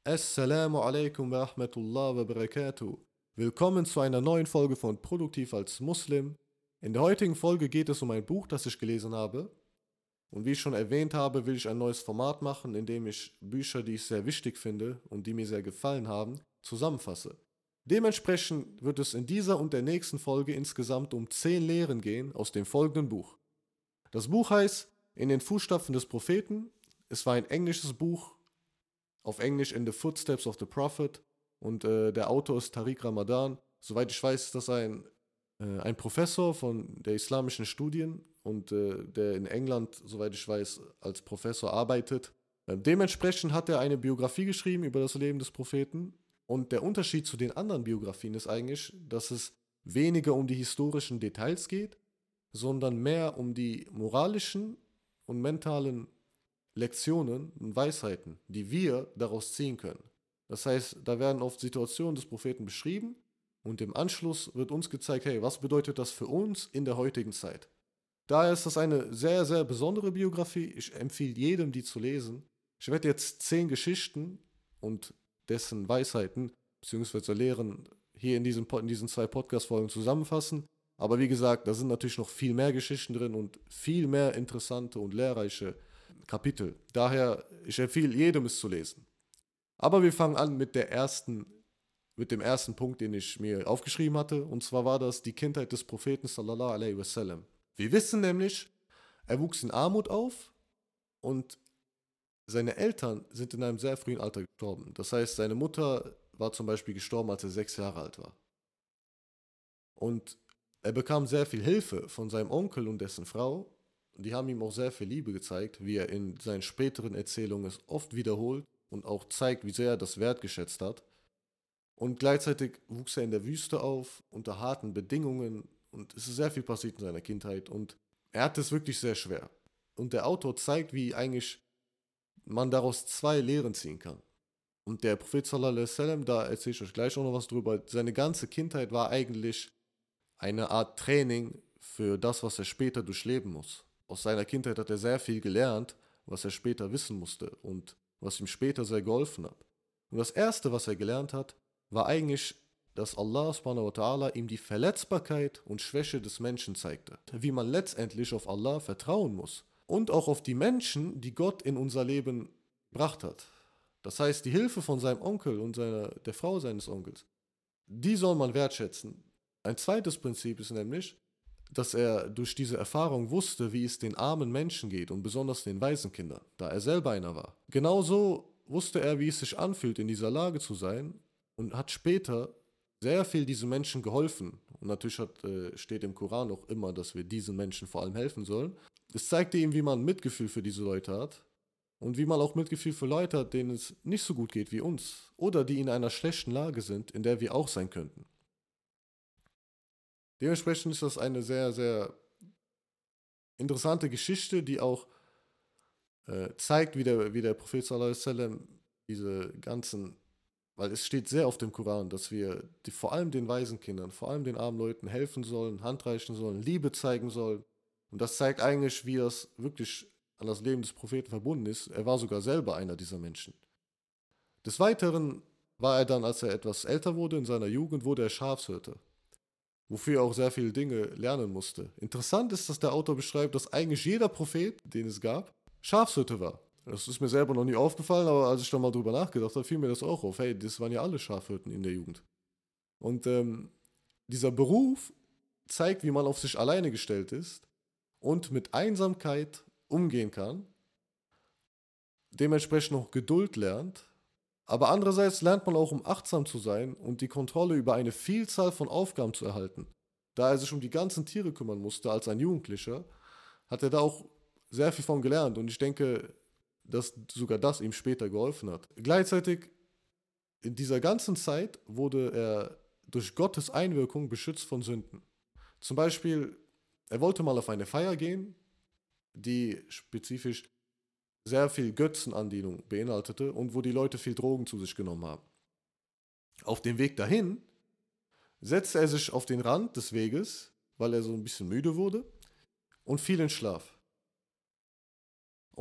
Assalamu alaikum wa rahmatullah wa barakatuh. Willkommen zu einer neuen Folge von Produktiv als Muslim. In der heutigen Folge geht es um ein Buch, das ich gelesen habe. Und wie ich schon erwähnt habe, will ich ein neues Format machen, in dem ich Bücher, die ich sehr wichtig finde und die mir sehr gefallen haben, zusammenfasse. Dementsprechend wird es in dieser und der nächsten Folge insgesamt um 10 Lehren gehen aus dem folgenden Buch. Das Buch heißt In den Fußstapfen des Propheten. Es war ein englisches Buch, auf Englisch In the Footsteps of the Prophet, und der Autor ist Tariq Ramadan. Soweit ich weiß, ist das ein Professor von der islamischen Studien und der in England, soweit ich weiß, als Professor arbeitet. Dementsprechend hat er eine Biografie geschrieben über das Leben des Propheten, und der Unterschied zu den anderen Biografien ist eigentlich, dass es weniger um die historischen Details geht, sondern mehr um die moralischen und mentalen Lektionen und Weisheiten, die wir daraus ziehen können. Das heißt, da werden oft Situationen des Propheten beschrieben und im Anschluss wird uns gezeigt, hey, was bedeutet das für uns in der heutigen Zeit? Daher ist das eine sehr, sehr besondere Biografie. Ich empfehle jedem, die zu lesen. Ich werde jetzt 10 Geschichten und dessen Weisheiten bzw. Lehren hier in diesen 2 Podcast-Folgen zusammenfassen. Aber wie gesagt, da sind natürlich noch viel mehr Geschichten drin und viel mehr interessante und lehrreiche Kapitel. Daher, ich empfehle jedem, es zu lesen. Aber wir fangen an mit dem ersten Punkt, den ich mir aufgeschrieben hatte. Und zwar war das die Kindheit des Propheten sallallahu alaihi wasallam. Wir wissen nämlich, er wuchs in Armut auf und seine Eltern sind in einem sehr frühen Alter gestorben. Das heißt, seine Mutter war zum Beispiel gestorben, als er 6 Jahre alt war. Und er bekam sehr viel Hilfe von seinem Onkel und dessen Frau. Die haben ihm auch sehr viel Liebe gezeigt, wie er in seinen späteren Erzählungen es oft wiederholt und auch zeigt, wie sehr er das wertgeschätzt hat. Und gleichzeitig wuchs er in der Wüste auf, unter harten Bedingungen, und es ist sehr viel passiert in seiner Kindheit und er hatte es wirklich sehr schwer. Und der Autor zeigt, wie eigentlich man daraus 2 Lehren ziehen kann. Und der Prophet sallallahu alaihi wasallam, da erzähle ich euch gleich auch noch was drüber, seine ganze Kindheit war eigentlich eine Art Training für das, was er später durchleben muss. Aus seiner Kindheit hat er sehr viel gelernt, was er später wissen musste und was ihm später sehr geholfen hat. Und das Erste, was er gelernt hat, war eigentlich, dass Allah subhanahu wa ta'ala ihm die Verletzbarkeit und Schwäche des Menschen zeigte. Wie man letztendlich auf Allah vertrauen muss. Und auch auf die Menschen, die Gott in unser Leben gebracht hat. Das heißt, die Hilfe von seinem Onkel und der Frau seines Onkels, die soll man wertschätzen. Ein zweites Prinzip ist nämlich, dass er durch diese Erfahrung wusste, wie es den armen Menschen geht und besonders den Waisenkindern, da er selber einer war. Genauso wusste er, wie es sich anfühlt, in dieser Lage zu sein, und hat später sehr viel diesen Menschen geholfen. Und natürlich steht im Koran auch immer, dass wir diesen Menschen vor allem helfen sollen. Es zeigte ihm, wie man Mitgefühl für diese Leute hat und wie man auch Mitgefühl für Leute hat, denen es nicht so gut geht wie uns oder die in einer schlechten Lage sind, in der wir auch sein könnten. Dementsprechend ist das eine sehr, sehr interessante Geschichte, die auch zeigt, wie der Prophet sallallahu alaihi wasallam diese ganzen, weil es steht sehr oft im Koran, dass wir vor allem den Waisenkindern, vor allem den armen Leuten helfen sollen, Hand reichen sollen, Liebe zeigen sollen. Und das zeigt eigentlich, wie das wirklich an das Leben des Propheten verbunden ist. Er war sogar selber einer dieser Menschen. Des Weiteren war er dann, als er etwas älter wurde, in seiner Jugend, wurde er Schafshirte, wofür er auch sehr viele Dinge lernen musste. Interessant ist, dass der Autor beschreibt, dass eigentlich jeder Prophet, den es gab, Schafshirte war. Das ist mir selber noch nie aufgefallen, aber als ich dann mal drüber nachgedacht habe, fiel mir das auch auf. Hey, das waren ja alle Schafhirten in der Jugend. Und dieser Beruf zeigt, wie man auf sich alleine gestellt ist und mit Einsamkeit umgehen kann, dementsprechend auch Geduld lernt, aber andererseits lernt man auch, um achtsam zu sein und die Kontrolle über eine Vielzahl von Aufgaben zu erhalten. Da er sich um die ganzen Tiere kümmern musste als ein Jugendlicher, hat er da auch sehr viel von gelernt, und ich denke, dass sogar das ihm später geholfen hat. Gleichzeitig in dieser ganzen Zeit wurde er durch Gottes Einwirkung beschützt von Sünden. Zum Beispiel, er wollte mal auf eine Feier gehen, die spezifisch sehr viel Götzenandienung beinhaltete und wo die Leute viel Drogen zu sich genommen haben. Auf dem Weg dahin setzte er sich auf den Rand des Weges, weil er so ein bisschen müde wurde, und fiel in Schlaf. Und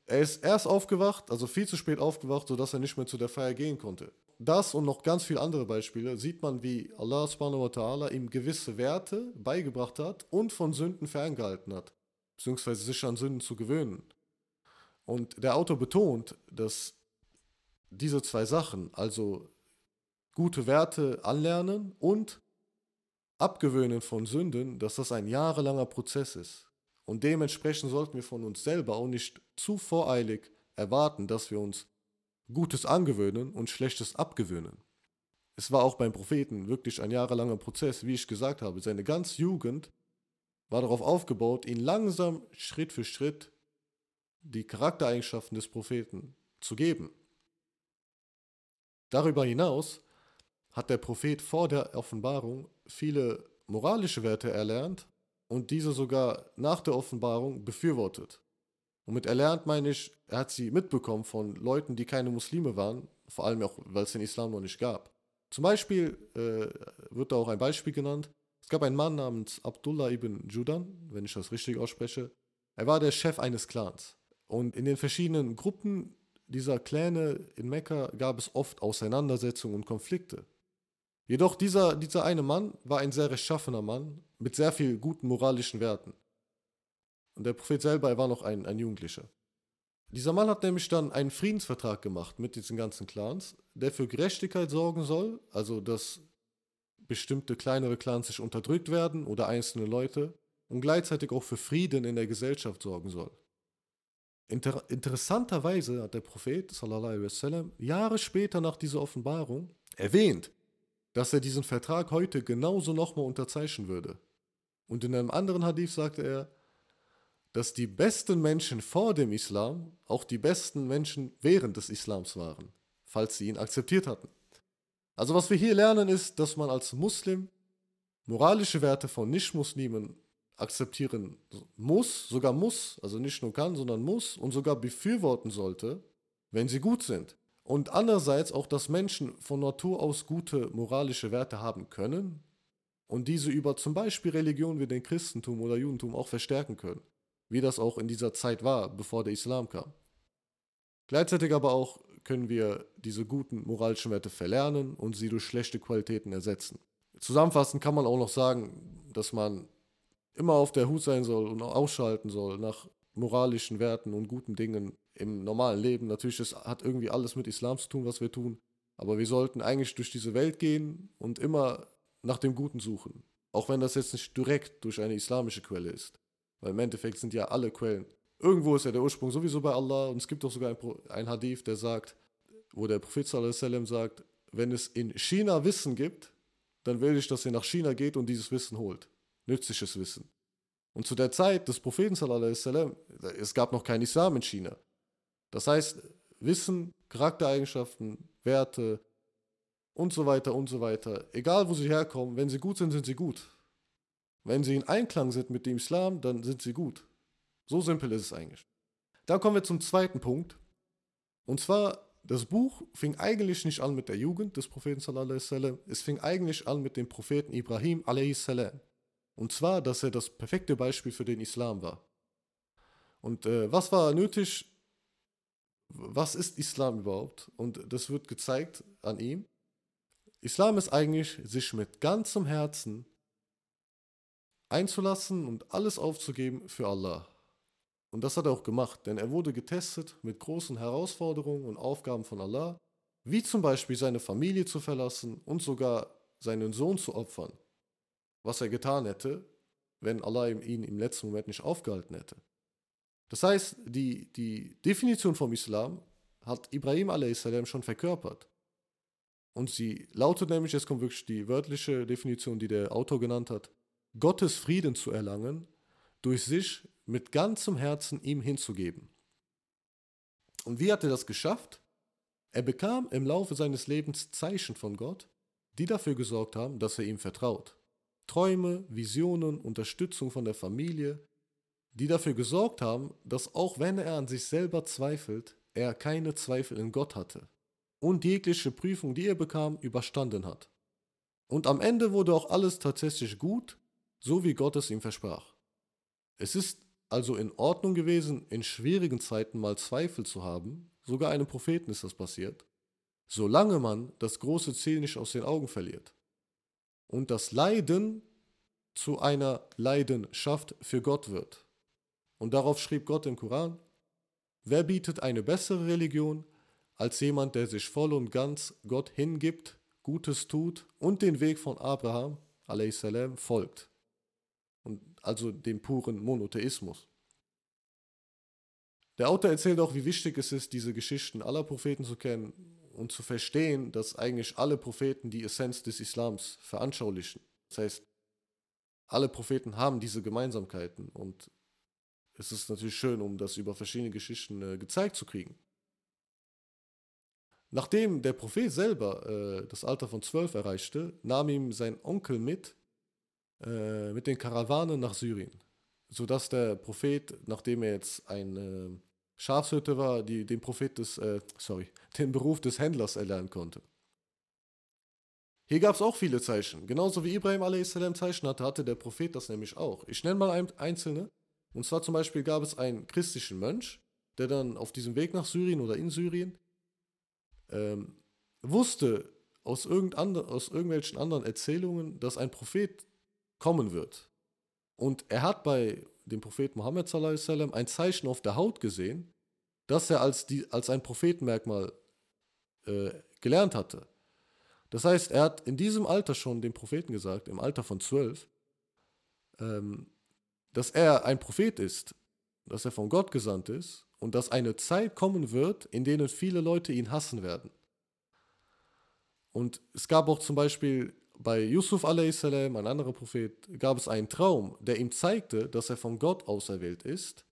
Er ist erst aufgewacht, also viel zu spät aufgewacht, sodass er nicht mehr zu der Feier gehen konnte. Das und noch ganz viele andere Beispiele sieht man, wie Allah subhanahu wa ta'ala ihm gewisse Werte beigebracht hat und von Sünden ferngehalten hat, beziehungsweise sich an Sünden zu gewöhnen. Und der Autor betont, dass diese zwei Sachen, also gute Werte anlernen und abgewöhnen von Sünden, dass das ein jahrelanger Prozess ist. Und dementsprechend sollten wir von uns selber auch nicht zu voreilig erwarten, dass wir uns Gutes angewöhnen und Schlechtes abgewöhnen. Es war auch beim Propheten wirklich ein jahrelanger Prozess, wie ich gesagt habe. Seine ganze Jugend war darauf aufgebaut, ihn langsam Schritt für Schritt die Charaktereigenschaften des Propheten zu geben. Darüber hinaus hat der Prophet vor der Offenbarung viele moralische Werte erlernt und diese sogar nach der Offenbarung befürwortet. Und mit erlernt meine ich, er hat sie mitbekommen von Leuten, die keine Muslime waren, vor allem auch, weil es den Islam noch nicht gab. Zum Beispiel wird da auch ein Beispiel genannt. Es gab einen Mann namens Abdullah ibn Judan, wenn ich das richtig ausspreche. Er war der Chef eines Clans. Und in den verschiedenen Gruppen dieser Clane in Mekka gab es oft Auseinandersetzungen und Konflikte. Jedoch dieser eine Mann war ein sehr rechtschaffener Mann mit sehr viel guten moralischen Werten. Und der Prophet selber, er war noch ein Jugendlicher. Dieser Mann hat nämlich dann einen Friedensvertrag gemacht mit diesen ganzen Clans, der für Gerechtigkeit sorgen soll, also dass bestimmte kleinere Clans sich unterdrückt werden oder einzelne Leute und gleichzeitig auch für Frieden in der Gesellschaft sorgen soll. Interessanterweise hat der Prophet, sallallahu alaihi wasallam, Jahre später nach dieser Offenbarung erwähnt, dass er diesen Vertrag heute genauso nochmal unterzeichnen würde. Und in einem anderen Hadith sagte er, dass die besten Menschen vor dem Islam auch die besten Menschen während des Islams waren, falls sie ihn akzeptiert hatten. Also was wir hier lernen ist, dass man als Muslim moralische Werte von Nicht-Muslimen akzeptieren muss, sogar muss, also nicht nur kann, sondern muss und sogar befürworten sollte, wenn sie gut sind. Und andererseits auch, dass Menschen von Natur aus gute moralische Werte haben können und diese über zum Beispiel Religionen wie den Christentum oder Judentum auch verstärken können, wie das auch in dieser Zeit war, bevor der Islam kam. Gleichzeitig aber auch können wir diese guten moralischen Werte verlernen und sie durch schlechte Qualitäten ersetzen. Zusammenfassend kann man auch noch sagen, dass man immer auf der Hut sein soll und ausschalten soll nach moralischen Werten und guten Dingen im normalen Leben. Natürlich, das hat irgendwie alles mit Islam zu tun, was wir tun. Aber wir sollten eigentlich durch diese Welt gehen und immer nach dem Guten suchen. Auch wenn das jetzt nicht direkt durch eine islamische Quelle ist. Weil im Endeffekt sind ja alle Quellen. Irgendwo ist ja der Ursprung sowieso bei Allah. Und es gibt auch sogar ein Hadith, der sagt, wo der Prophet sallallahu alaihi wasallam sagt, wenn es in China Wissen gibt, dann will ich, dass ihr nach China geht und dieses Wissen holt. Nützliches Wissen. Und zu der Zeit des Propheten sallallahu alaihi wasallam, es gab noch kein Islam in China. Das heißt, Wissen, Charaktereigenschaften, Werte und so weiter, egal wo sie herkommen, wenn sie gut sind, sind sie gut. Wenn sie in Einklang sind mit dem Islam, dann sind sie gut. So simpel ist es eigentlich. Dann kommen wir zum zweiten Punkt. Und zwar, das Buch fing eigentlich nicht an mit der Jugend des Propheten sallallahu alaihi wasallam, es fing eigentlich an mit dem Propheten Ibrahim alaihi salam. Und zwar, dass er das perfekte Beispiel für den Islam war. Und was war nötig? Was ist Islam überhaupt? Und das wird gezeigt an ihm. Islam ist eigentlich, sich mit ganzem Herzen einzulassen und alles aufzugeben für Allah. Und das hat er auch gemacht, denn er wurde getestet mit großen Herausforderungen und Aufgaben von Allah, wie zum Beispiel seine Familie zu verlassen und sogar seinen Sohn zu opfern, was er getan hätte, wenn Allah ihn im letzten Moment nicht aufgehalten hätte. Das heißt, die Definition vom Islam hat Ibrahim a.s. schon verkörpert. Und sie lautet nämlich, jetzt kommt wirklich die wörtliche Definition, die der Autor genannt hat, Gottes Frieden zu erlangen, durch sich mit ganzem Herzen ihm hinzugeben. Und wie hat er das geschafft? Er bekam im Laufe seines Lebens Zeichen von Gott, die dafür gesorgt haben, dass er ihm vertraut. Träume, Visionen, Unterstützung von der Familie, die dafür gesorgt haben, dass auch wenn er an sich selber zweifelt, er keine Zweifel in Gott hatte und jegliche Prüfung, die er bekam, überstanden hat. Und am Ende wurde auch alles tatsächlich gut, so wie Gott es ihm versprach. Es ist also in Ordnung gewesen, in schwierigen Zeiten mal Zweifel zu haben. Sogar einem Propheten ist das passiert. Solange man das große Ziel nicht aus den Augen verliert. Und das Leiden zu einer Leidenschaft für Gott wird. Und darauf schrieb Gott im Koran: Wer bietet eine bessere Religion als jemand, der sich voll und ganz Gott hingibt, Gutes tut und den Weg von Abraham a.s. folgt? Und also dem puren Monotheismus. Der Autor erzählt auch, wie wichtig es ist, diese Geschichten aller Propheten zu kennen und zu verstehen, dass eigentlich alle Propheten die Essenz des Islams veranschaulichen. Das heißt, alle Propheten haben diese Gemeinsamkeiten und es ist natürlich schön, um das über verschiedene Geschichten gezeigt zu kriegen. Nachdem der Prophet selber das Alter von 12 erreichte, nahm ihm sein Onkel mit den Karawanen nach Syrien, sodass der Prophet, nachdem er jetzt ein Schafshirte war, den Beruf des Händlers erlernen konnte. Hier gab es auch viele Zeichen. Genauso wie Ibrahim a.s. Zeichen hatte der Prophet das nämlich auch. Ich nenne mal einzelne. Und zwar zum Beispiel gab es einen christlichen Mönch, der dann auf diesem Weg nach Syrien oder in Syrien wusste aus irgendwelchen anderen Erzählungen, dass ein Prophet kommen wird. Und er hat bei dem Propheten Mohammed sallam ein Zeichen auf der Haut gesehen, das er als ein Prophetenmerkmal gelernt hatte. Das heißt, er hat in diesem Alter schon dem Propheten gesagt, im Alter von 12, dass er ein Prophet ist, dass er von Gott gesandt ist und dass eine Zeit kommen wird, in denen viele Leute ihn hassen werden. Und es gab auch zum Beispiel bei Yusuf a.s., ein anderer Prophet, gab es einen Traum, der ihm zeigte, dass er von Gott auserwählt ist.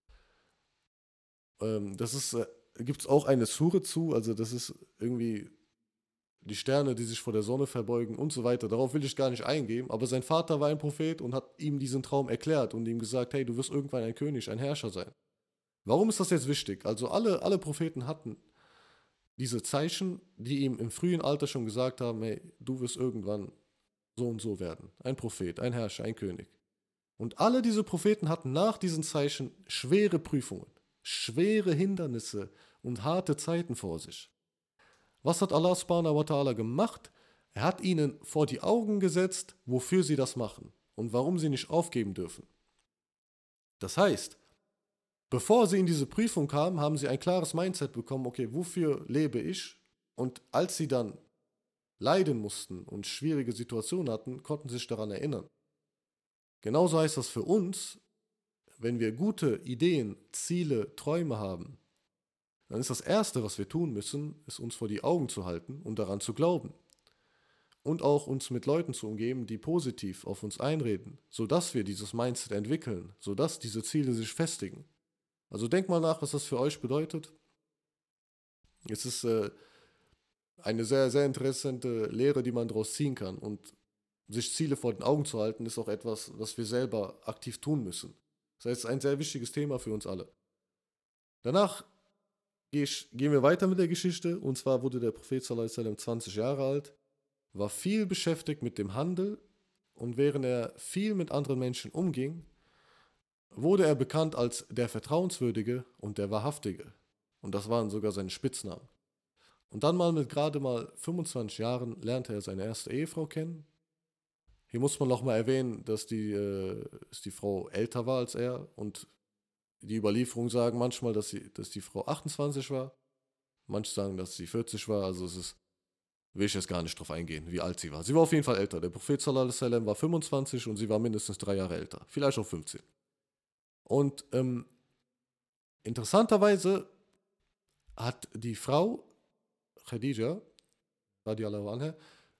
Gibt es auch eine Sure zu, also das ist irgendwie die Sterne, die sich vor der Sonne verbeugen und so weiter. Darauf will ich gar nicht eingehen, aber sein Vater war ein Prophet und hat ihm diesen Traum erklärt und ihm gesagt, hey, du wirst irgendwann ein König, ein Herrscher sein. Warum ist das jetzt wichtig? Also alle Propheten hatten diese Zeichen, die ihm im frühen Alter schon gesagt haben, hey, du wirst irgendwann so und so werden. Ein Prophet, ein Herrscher, ein König. Und alle diese Propheten hatten nach diesen Zeichen schwere Prüfungen, schwere Hindernisse und harte Zeiten vor sich. Was hat Allah subhanahu wa ta'ala gemacht? Er hat ihnen vor die Augen gesetzt, wofür sie das machen und warum sie nicht aufgeben dürfen. Das heißt, bevor sie in diese Prüfung kamen, haben sie ein klares Mindset bekommen, okay, wofür lebe ich? Und als sie dann leiden mussten und schwierige Situationen hatten, konnten sie sich daran erinnern. Genauso heißt das für uns, wenn wir gute Ideen, Ziele, Träume haben, dann ist das Erste, was wir tun müssen, ist uns vor die Augen zu halten und daran zu glauben. Und auch uns mit Leuten zu umgeben, die positiv auf uns einreden, sodass wir dieses Mindset entwickeln, sodass diese Ziele sich festigen. Also denkt mal nach, was das für euch bedeutet. Es ist eine sehr, sehr interessante Lehre, die man daraus ziehen kann. Und sich Ziele vor den Augen zu halten, ist auch etwas, was wir selber aktiv tun müssen. Das heißt, es ist ein sehr wichtiges Thema für uns alle. Danach gehen wir weiter mit der Geschichte. Und zwar wurde der Prophet sallallahu alaihi wasallam 20 Jahre alt, war viel beschäftigt mit dem Handel und während er viel mit anderen Menschen umging, wurde er bekannt als der Vertrauenswürdige und der Wahrhaftige. Und das waren sogar seine Spitznamen. Und dann mit gerade mal 25 Jahren lernte er seine erste Ehefrau kennen. Hier muss man nochmal erwähnen, dass die Frau älter war als er und die Überlieferungen sagen manchmal, dass die Frau 28 war. Manche sagen, dass sie 40 war. Also will ich jetzt gar nicht drauf eingehen, wie alt sie war. Sie war auf jeden Fall älter. Der Prophet sallallahu alaihi wasallam war 25 und sie war mindestens 3 Jahre älter. Vielleicht auch 15. Und interessanterweise hat die Frau Khadija, radiallahu anha,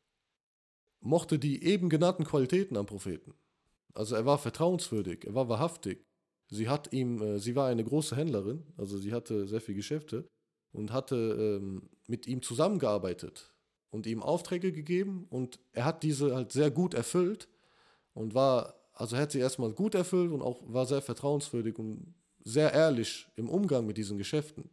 mochte die eben genannten Qualitäten am Propheten. Also er war vertrauenswürdig, er war wahrhaftig. Sie war eine große Händlerin, also sie hatte sehr viele Geschäfte und hatte mit ihm zusammengearbeitet und ihm Aufträge gegeben und er hat diese halt sehr gut erfüllt und er hat sie erstmal gut erfüllt und auch war sehr vertrauenswürdig und sehr ehrlich im Umgang mit diesen Geschäften.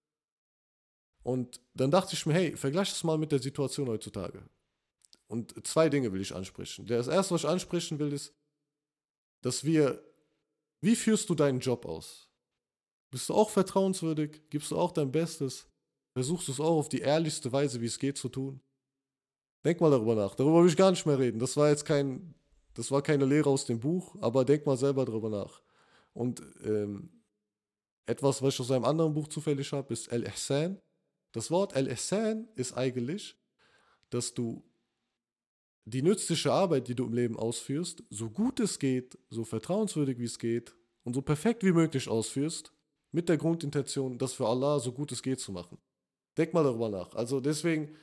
Und dann dachte ich mir, hey, vergleich das mal mit der Situation heutzutage. Und 2 Dinge will ich ansprechen. Das erste, was ich ansprechen will, ist, dass wir Wie führst du deinen Job aus? Bist du auch vertrauenswürdig? Gibst du auch dein Bestes? Versuchst du es auch auf die ehrlichste Weise, wie es geht, zu tun? Denk mal darüber nach. Darüber will ich gar nicht mehr reden. Das war keine Lehre aus dem Buch, aber denk mal selber darüber nach. Und etwas, was ich aus einem anderen Buch zufällig habe, ist Al-Ihsan. Das Wort Al-Ihsan ist eigentlich, dass du die nützliche Arbeit, die du im Leben ausführst, so gut es geht, so vertrauenswürdig wie es geht und so perfekt wie möglich ausführst, mit der Grundintention, das für Allah so gut es geht zu machen. Denk mal darüber nach. Also deswegen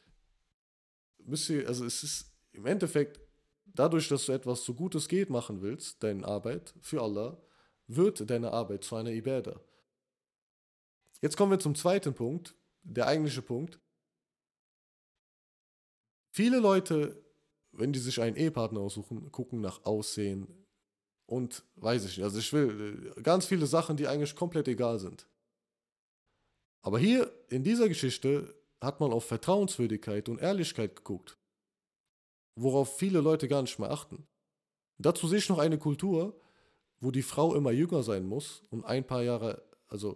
also es ist im Endeffekt, dadurch, dass du etwas so gut es geht machen willst, deine Arbeit für Allah, wird deine Arbeit zu einer Ibadah. Jetzt kommen wir zum zweiten Punkt, der eigentliche Punkt. Viele Leute, wenn die sich einen Ehepartner aussuchen, gucken nach Aussehen und weiß ich nicht. Also ich will ganz viele Sachen, die eigentlich komplett egal sind. Aber hier in dieser Geschichte hat man auf Vertrauenswürdigkeit und Ehrlichkeit geguckt, worauf viele Leute gar nicht mehr achten. Dazu sehe ich noch eine Kultur, wo die Frau immer jünger sein muss und ein paar Jahre, also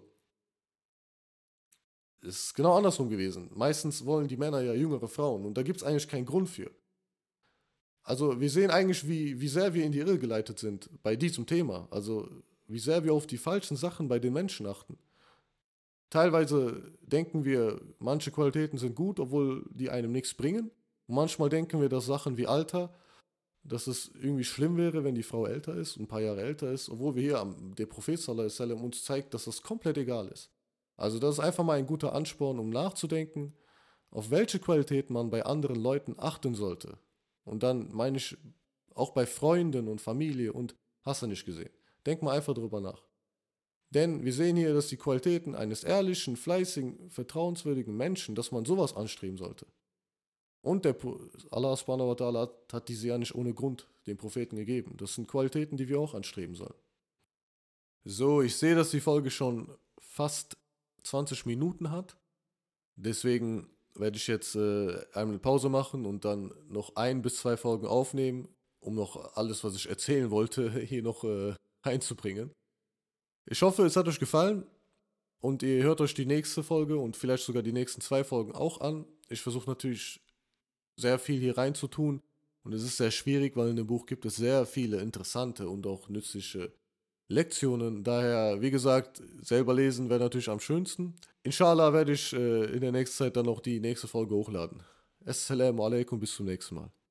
es ist genau andersrum gewesen. Meistens wollen die Männer ja jüngere Frauen und da gibt es eigentlich keinen Grund für. Also wir sehen eigentlich, wie sehr wir in die Irre geleitet sind bei diesem Thema. Also wie sehr wir auf die falschen Sachen bei den Menschen achten. Teilweise denken wir, manche Qualitäten sind gut, obwohl die einem nichts bringen. Und manchmal denken wir, dass Sachen wie Alter, dass es irgendwie schlimm wäre, wenn die Frau älter ist, ein paar Jahre älter ist, obwohl wir hier, der Prophet sallallahu alaihi wasallam uns zeigt, dass das komplett egal ist. Also das ist einfach mal ein guter Ansporn, um nachzudenken, auf welche Qualitäten man bei anderen Leuten achten sollte. Und dann meine ich auch bei Freunden und Familie und hast du nicht gesehen. Denk mal einfach drüber nach. Denn wir sehen hier, dass die Qualitäten eines ehrlichen, fleißigen, vertrauenswürdigen Menschen, dass man sowas anstreben sollte. Und Allah subhanahu wa ta'ala hat diese ja nicht ohne Grund den Propheten gegeben. Das sind Qualitäten, die wir auch anstreben sollen. So, ich sehe, dass die Folge schon fast 20 Minuten hat. Deswegen werde ich jetzt eine Pause machen und dann noch 1 bis 2 Folgen aufnehmen, um noch alles, was ich erzählen wollte, hier noch reinzubringen. Ich hoffe, es hat euch gefallen und ihr hört euch die nächste Folge und vielleicht sogar die nächsten 2 Folgen auch an. Ich versuche natürlich sehr viel hier reinzutun und es ist sehr schwierig, weil in dem Buch gibt es sehr viele interessante und auch nützliche Lektionen. Daher, wie gesagt, selber lesen wäre natürlich am schönsten. Inshallah werde ich in der nächsten Zeit dann noch die nächste Folge hochladen. Assalamu alaikum, bis zum nächsten Mal.